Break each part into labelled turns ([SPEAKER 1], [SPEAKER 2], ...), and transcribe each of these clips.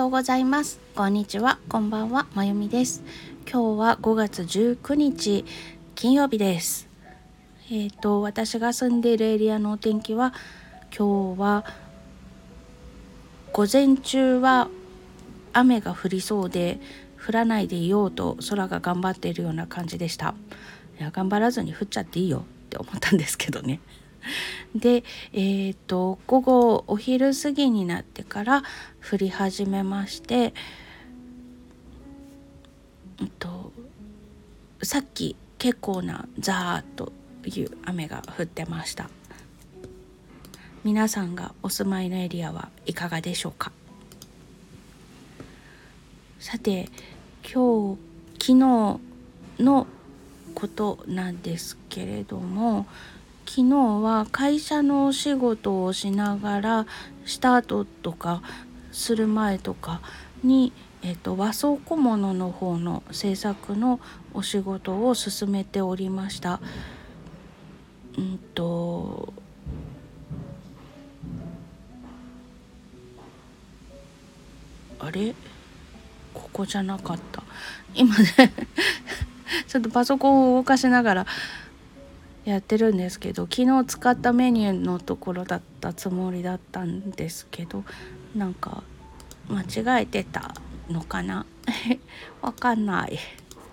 [SPEAKER 1] うございます。こんにちは、こんばんは、まゆみです。今日は5月19日金曜日です。私が住んでいるエリアのお天気は、今日は午前中は雨が降りそうで、降らないでいようと空が頑張っているような感じでした。いや、頑張らずに降っちゃっていいよって思ったんですけどね。で、午後お昼過ぎになってから降り始めまして、さっき結構なザーッという雨が降ってました。皆さんがお住まいのエリアはいかがでしょうか。さて、昨日のことなんですけれども、昨日は会社のお仕事をしながらした後とかする前とかに、和装小物の方の制作のお仕事を進めておりました。あれ、ここじゃなかった。今ねちょっとパソコンを動かしながらやってるんですけど、昨日使ったメニューのところだったつもりだったんですけど、なんか間違えてたのかなわかんない。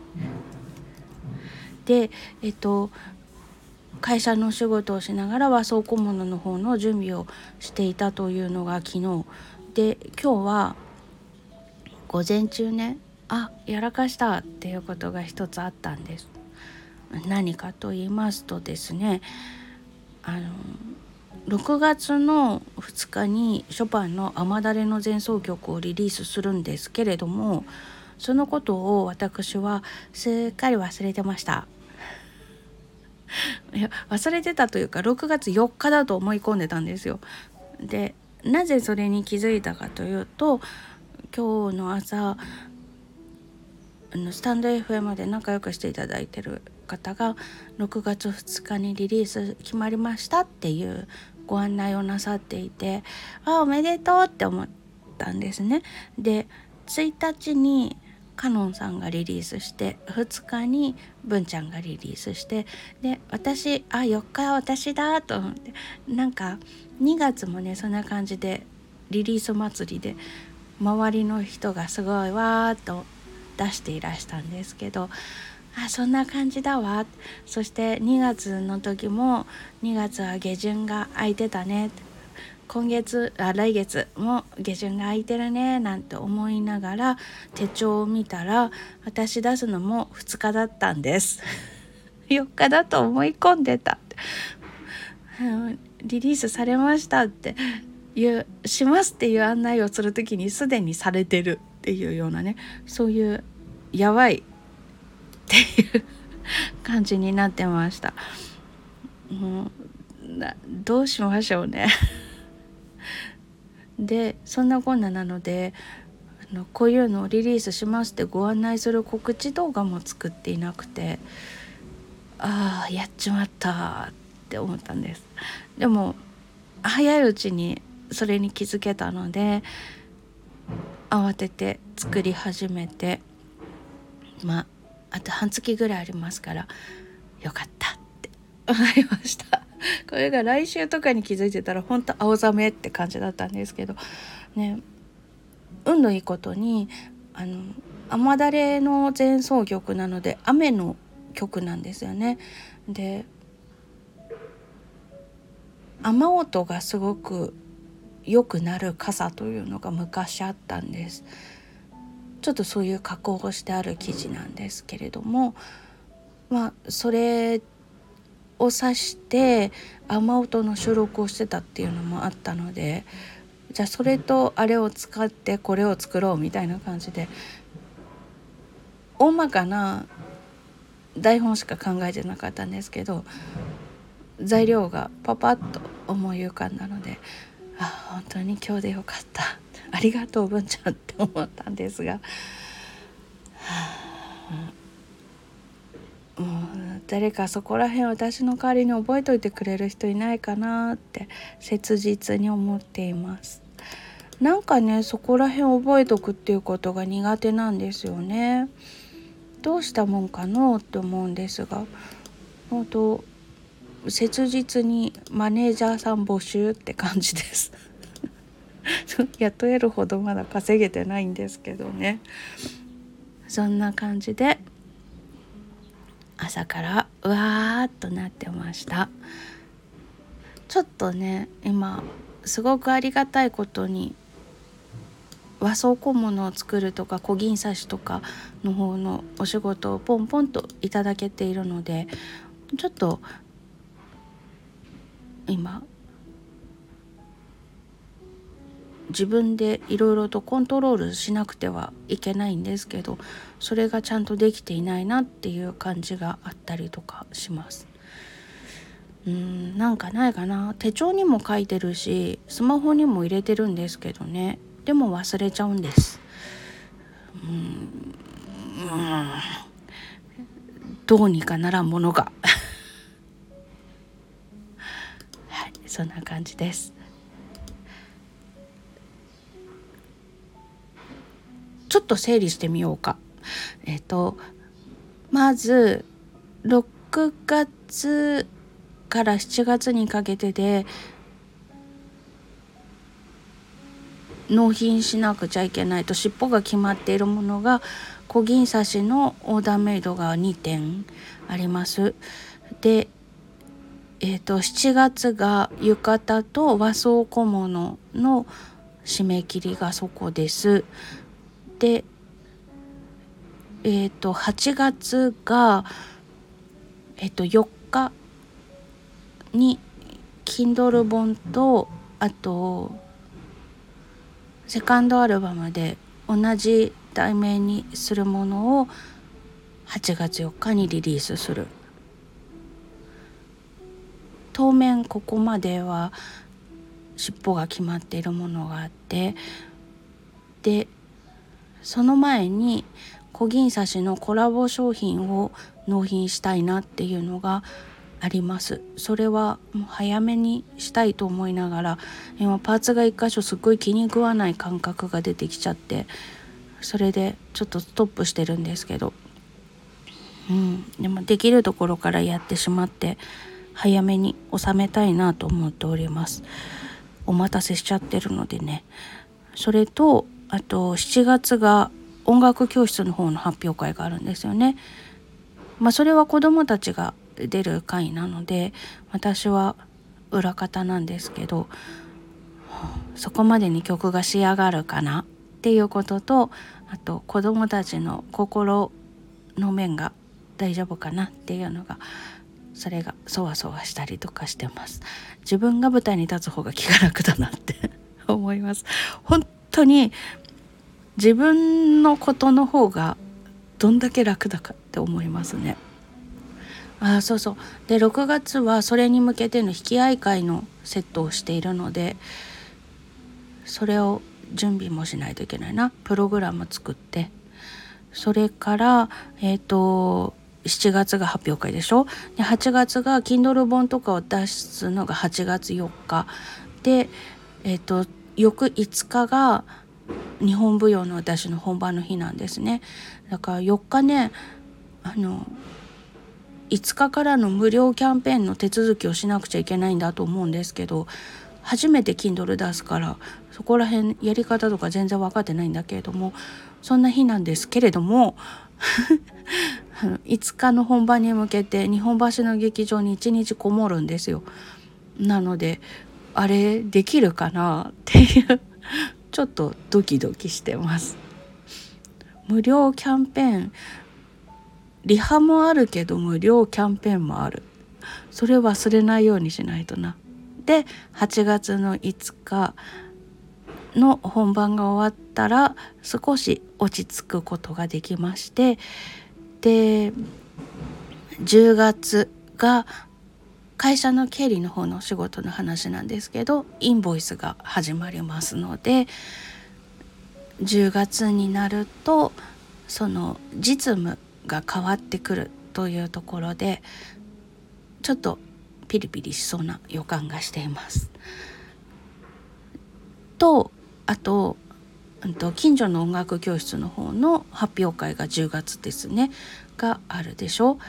[SPEAKER 1] で、会社の仕事をしながら和装小物の方の準備をしていたというのが昨日で、今日は午前中ね、やらかしたっていうことが一つあったんです。何かと言いますとですね、6月の2日にショパンの雨だれの前奏曲をリリースするんですけれども、そのことを私はすっかり忘れてました。いや、忘れてたというか6月4日だと思い込んでたんですよ。で、なぜそれに気づいたかというと、今日の朝スタンド FM で仲良くしていただいてる方が6月2日にリリース決まりましたっていうご案内をなさっていて、おめでとうって思ったんですね。で、1日にカノンさんがリリースして、2日に文ちゃんがリリースして、で、私4日は私だと思って、なんか2月もねそんな感じでリリース祭りで周りの人がすごいわーっと出していらしたんですけど、そんな感じだわ。そして2月の時も2月は下旬が空いてたね、来月も下旬が空いてるねなんて思いながら手帳を見たら、私出すのも2日だったんです4日だと思い込んでたリリースされましたってしますっていう案内をするときにすでにされてるっていうようなね、そういうやばいっていう感じになってました。どうしましょうねで、そんなこんななので、こういうのをリリースしますってご案内する告知動画も作っていなくて、やっちまったって思ったんです。でも早いうちにそれに気づけたので慌てて作り始めて、あと半月ぐらいありますからよかったって思いましたこれが来週とかに気づいてたら本当青ざめって感じだったんですけどね。運のいいことに雨だれの前奏曲なので雨の曲なんですよね。で、雨音がすごく良くなる傘というのが昔あったんです。ちょっとそういう加工をしてある生地なんですけれども、それを指して雨音の収録をしてたっていうのもあったので、じゃあそれとあれを使ってこれを作ろうみたいな感じで大まかな台本しか考えてなかったんですけど、材料がパパッと思い浮かんだので、本当に今日でよかったありがとう文ちゃんって思ったんですが、もう誰かそこら辺私の代わりに覚えといてくれる人いないかなって切実に思っています。 なんかねそこら辺覚えとくっていうことが苦手なんですよね。どうしたもんかのって思うんですが、本当切実にマネージャーさん募集って感じです雇えるほどまだ稼げてないんですけどね。そんな感じで朝からうわーっとなってました。ちょっとね今すごくありがたいことに和装小物を作るとか小銀刺しとかの方のお仕事をポンポンといただけているので、ちょっと今自分でいろいろとコントロールしなくてはいけないんですけど、それがちゃんとできていないなっていう感じがあったりとかします。なんかないかな。手帳にも書いてるしスマホにも入れてるんですけどね、でも忘れちゃうんです。どうにかならんものがはい、そんな感じです。ちょっと整理してみようか。まず6月から7月にかけてで納品しなくちゃいけないと尻尾が決まっているものが、小銀刺しのオーダーメイドが2点あります。で、7月が浴衣と和装小物の締め切りがそこです。で、8月が、4日に Kindle 本と、あとセカンドアルバムで同じ題名にするものを8月4日にリリースする。当面ここまでは尻尾が決まっているものがあって、でその前に小銀刺しのコラボ商品を納品したいなっていうのがあります。それはもう早めにしたいと思いながら、今パーツが一箇所すっごい気に食わない感覚が出てきちゃって、それでちょっとストップしてるんですけど、でもできるところからやってしまって早めに収めたいなと思っております。お待たせしちゃってるのでね。それとあと7月が音楽教室の方の発表会があるんですよね。それは子どもたちが出る会なので私は裏方なんですけど、そこまでに曲が仕上がるかなっていうことと、あと子どもたちの心の面が大丈夫かなっていうのが、それがそわそわしたりとかしてます。自分が舞台に立つ方が気が楽だなって思います。本当に自分のことの方がどんだけ楽だかって思いますね。そうそう。で6月はそれに向けての引き合い会のセットをしているので、それを準備もしないといけないな。プログラム作って、それから7月が発表会でしょ。で8月が Kindle 本とかを出すのが8月4日で、翌5日が日本舞踊の私の本番の日なんですね。だから4日ね、5日からの無料キャンペーンの手続きをしなくちゃいけないんだと思うんですけど、初めて Kindle 出すからそこら辺やり方とか全然分かってないんだけれども、そんな日なんですけれども5日の本番に向けて日本橋の劇場に1日こもるんですよ。なのであれできるかなっていうちょっとドキドキしてます。無料キャンペーン、リハもあるけど無料キャンペーンもある。それ忘れないようにしないとな。で8月の5日の本番が終わったら少し落ち着くことができまして、で10月が会社の経理の方のお仕事の話なんですけど、インボイスが始まりますので、10月になるとその実務が変わってくるというところで、ちょっとピリピリしそうな予感がしています。とあと近所の音楽教室の方の発表会が10月ですねがあるでしょ。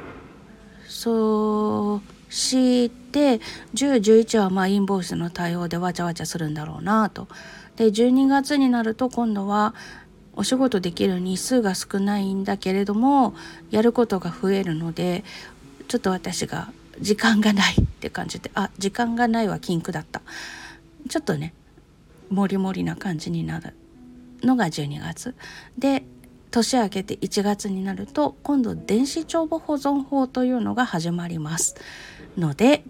[SPEAKER 1] そうして10、11はインボイスの対応でわちゃわちゃするんだろうなと。で12月になると今度はお仕事できる日数が少ないんだけれどもやることが増えるので、ちょっと私が時間がないって感じで、時間がないは禁句だった。ちょっとねモリモリな感じになるのが12月で、年明けて1月になると今度電子帳簿保存法というのが始まりますので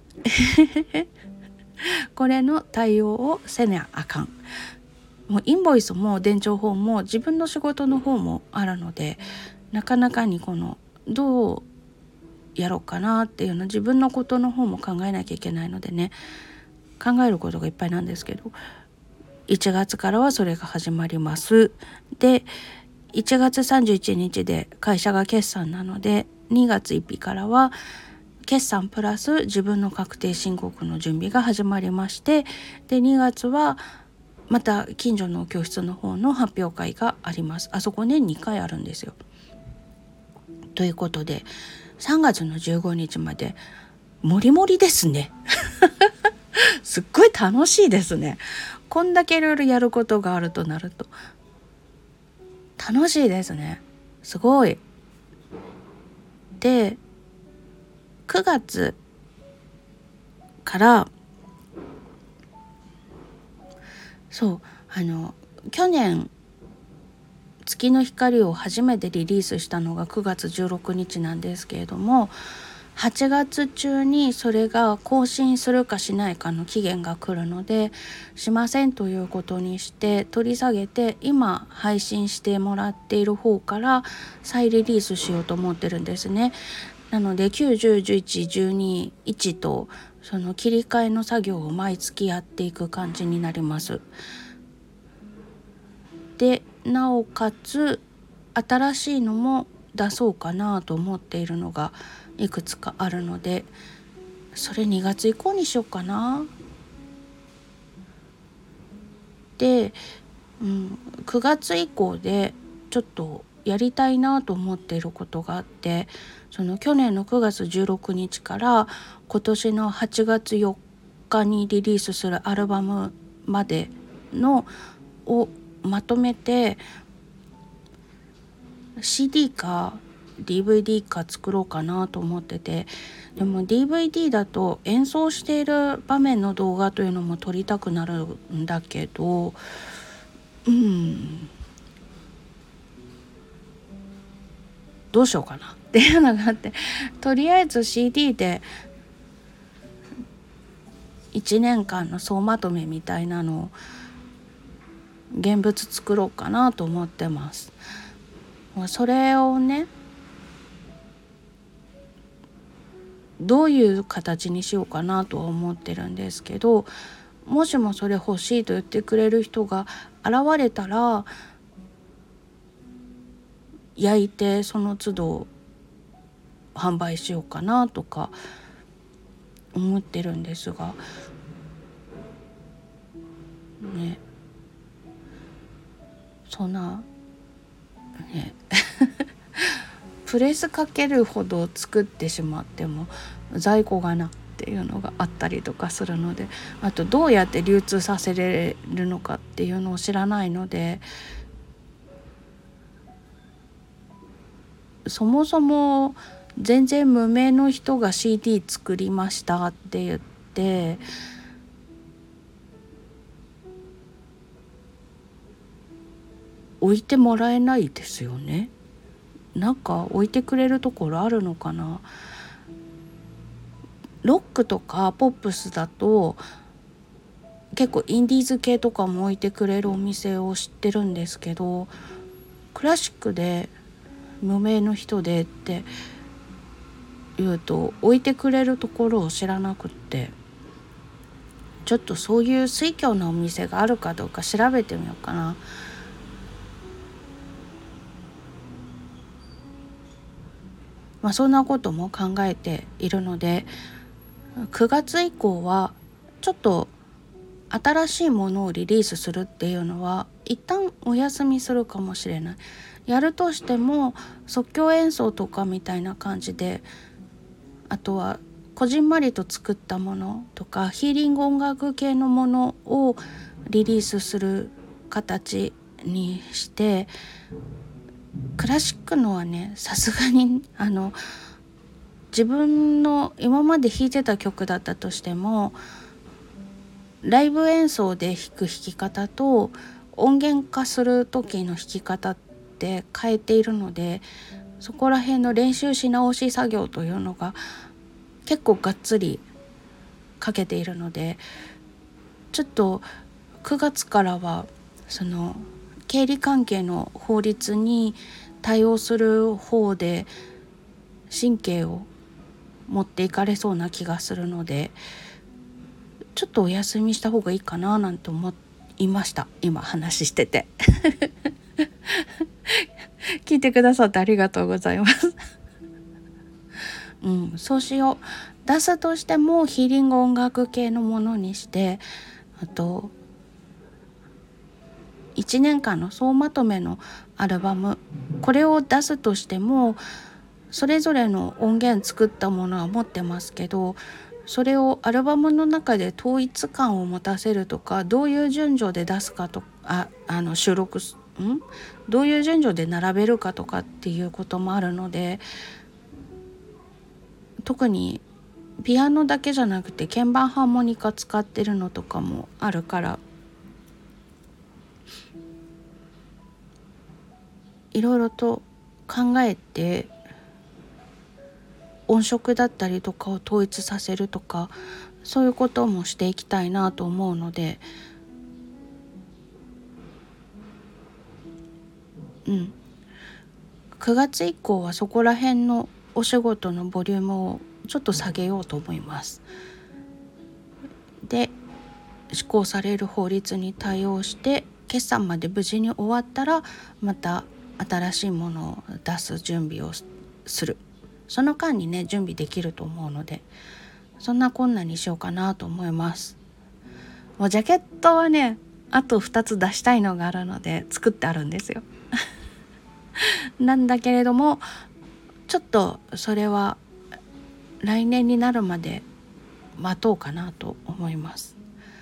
[SPEAKER 1] これの対応をせなあかん。もうインボイスも伝承法も自分の仕事の方もあるので、なかなかにどうやろうかなっていうの自分のことの方も考えなきゃいけないのでね、考えることがいっぱいなんですけど、1月からはそれが始まります。で1月31日で会社が決算なので、2月1日からは決算プラス自分の確定申告の準備が始まりまして、で2月はまた近所の教室の方の発表会があります。あそこ年2回あるんですよ。ということで3月の15日までもりもりですねすっごい楽しいですね。こんだけいろいろやることがあるとなると楽しいですね。すごい。で9月から去年月の光を初めてリリースしたのが9月16日なんですけれども、8月中にそれが更新するかしないかの期限が来るので、しませんということにして取り下げて、今配信してもらっている方から再リリースしようと思ってるんですね。なので9、10、11、12、1とその切り替えの作業を毎月やっていく感じになります。でなおかつ新しいのも出そうかなと思っているのがいくつかあるので、それ2月以降にしようかな。で、9月以降でちょっとやりたいなと思っていることがあって、その去年の9月16日から今年の8月4日にリリースするアルバムまでのをまとめて CD か DVD か作ろうかなと思ってて、でも DVD だと演奏している場面の動画というのも撮りたくなるんだけど、どうしようかなっていうのがあって、とりあえず CD で1年間の総まとめみたいなのを現物作ろうかなと思ってます。それをねどういう形にしようかなとは思ってるんですけど、もしもそれ欲しいと言ってくれる人が現れたら焼いてその都度販売しようかなとか思ってるんですがね、そんなねプレスかけるほど作ってしまっても在庫がなっていうのがあったりとかするので、あとどうやって流通させれるのかっていうのを知らないので、そもそも全然無名の人が CD 作りましたって言って置いてもらえないですよね。なんか置いてくれるところあるのかな。ロックとかポップスだと結構インディーズ系とかも置いてくれるお店を知ってるんですけど、クラシックで無名の人でって言うと置いてくれるところを知らなくって、ちょっとそういう水郷なお店があるかどうか調べてみようかな。そんなことも考えているので、9月以降はちょっと新しいものをリリースするっていうのは一旦お休みするかもしれない。やるとしても即興演奏とかみたいな感じで、あとはこじんまりと作ったものとかヒーリング音楽系のものをリリースする形にして、クラシックのはね、さすがに自分の今まで弾いてた曲だったとしても、ライブ演奏で弾く弾き方と音源化する時の弾き方って変えているので、そこら辺の練習し直し作業というのが結構がっつりかけているので、ちょっと9月からはその経理関係の法律に対応する方で神経を持っていかれそうな気がするので、ちょっとお休みした方がいいかななんて思いました。今話してて聞いてくださってありがとうございますそうしよう。出すとしてもヒーリング音楽系のものにして、あと1年間の総まとめのアルバム、これを出すとしてもそれぞれの音源作ったものは持ってますけど、それをアルバムの中で統一感を持たせるとか、どういう順序で出すかとか、収録どういう順序で並べるかとかっていうこともあるので、特にピアノだけじゃなくて鍵盤ハーモニカ使ってるのとかもあるから、いろいろと考えて音色だったりとかを統一させるとか、そういうこともしていきたいなと思うので、9月以降はそこら辺のお仕事のボリュームをちょっと下げようと思います。で、施行される法律に対応して決算まで無事に終わったら、また新しいものを出す準備をする。その間にね、準備できると思うので、そんなこんなにしようかなと思います。もうジャケットはね、あと2つ出したいのがあるので作ってあるんですよなんだけれども、ちょっとそれは来年になるまで待とうかなと思います。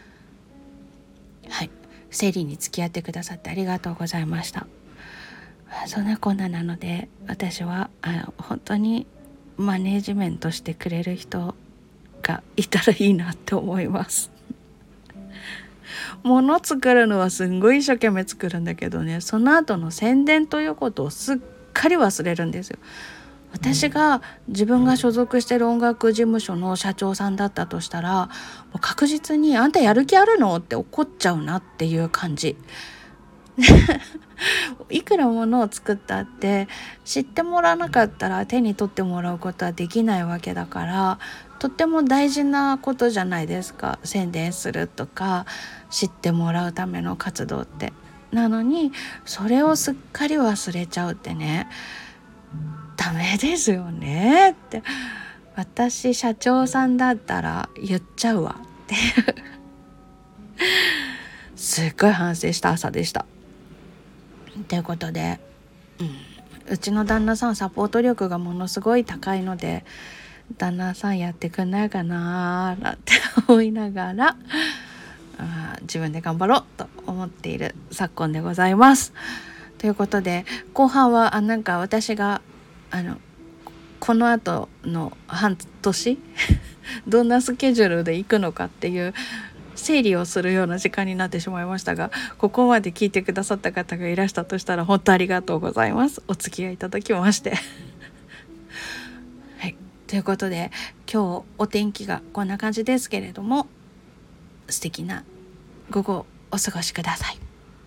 [SPEAKER 1] はい、整理に付き合ってくださってありがとうございました。そんなこんななので、私は本当にマネージメントしてくれる人がいたらいいなって思います物作るのはすんごい一生懸命作るんだけどね、その後の宣伝ということをすっかり忘れるんですよ。私が自分が所属してる音楽事務所の社長さんだったとしたら、もう確実にあんたやる気あるのって怒っちゃうなっていう感じいくらものを作ったって知ってもらわなかったら手に取ってもらうことはできないわけだから、とっても大事なことじゃないですか、宣伝するとか知ってもらうための活動って。なのにそれをすっかり忘れちゃうってね、ダメですよねって、私社長さんだったら言っちゃうわってすっごい反省した朝でした。ということで、うちの旦那さんサポート力がものすごい高いので、旦那さんやってくんないかなーなんて思いながら、自分で頑張ろうと思っている昨今でございます。ということで、後半はなんか私がこの後の半年どんなスケジュールで行くのかっていう整理をするような時間になってしまいましたが、ここまで聞いてくださった方がいらしたとしたら本当ありがとうございます。お付き合いいただきましてはい、ということで今日お天気がこんな感じですけれども、素敵な午後お過ごしください。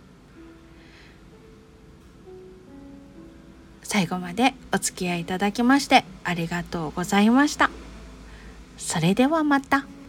[SPEAKER 1] 最後までお付き合いいただきましてありがとうございました。それではまた。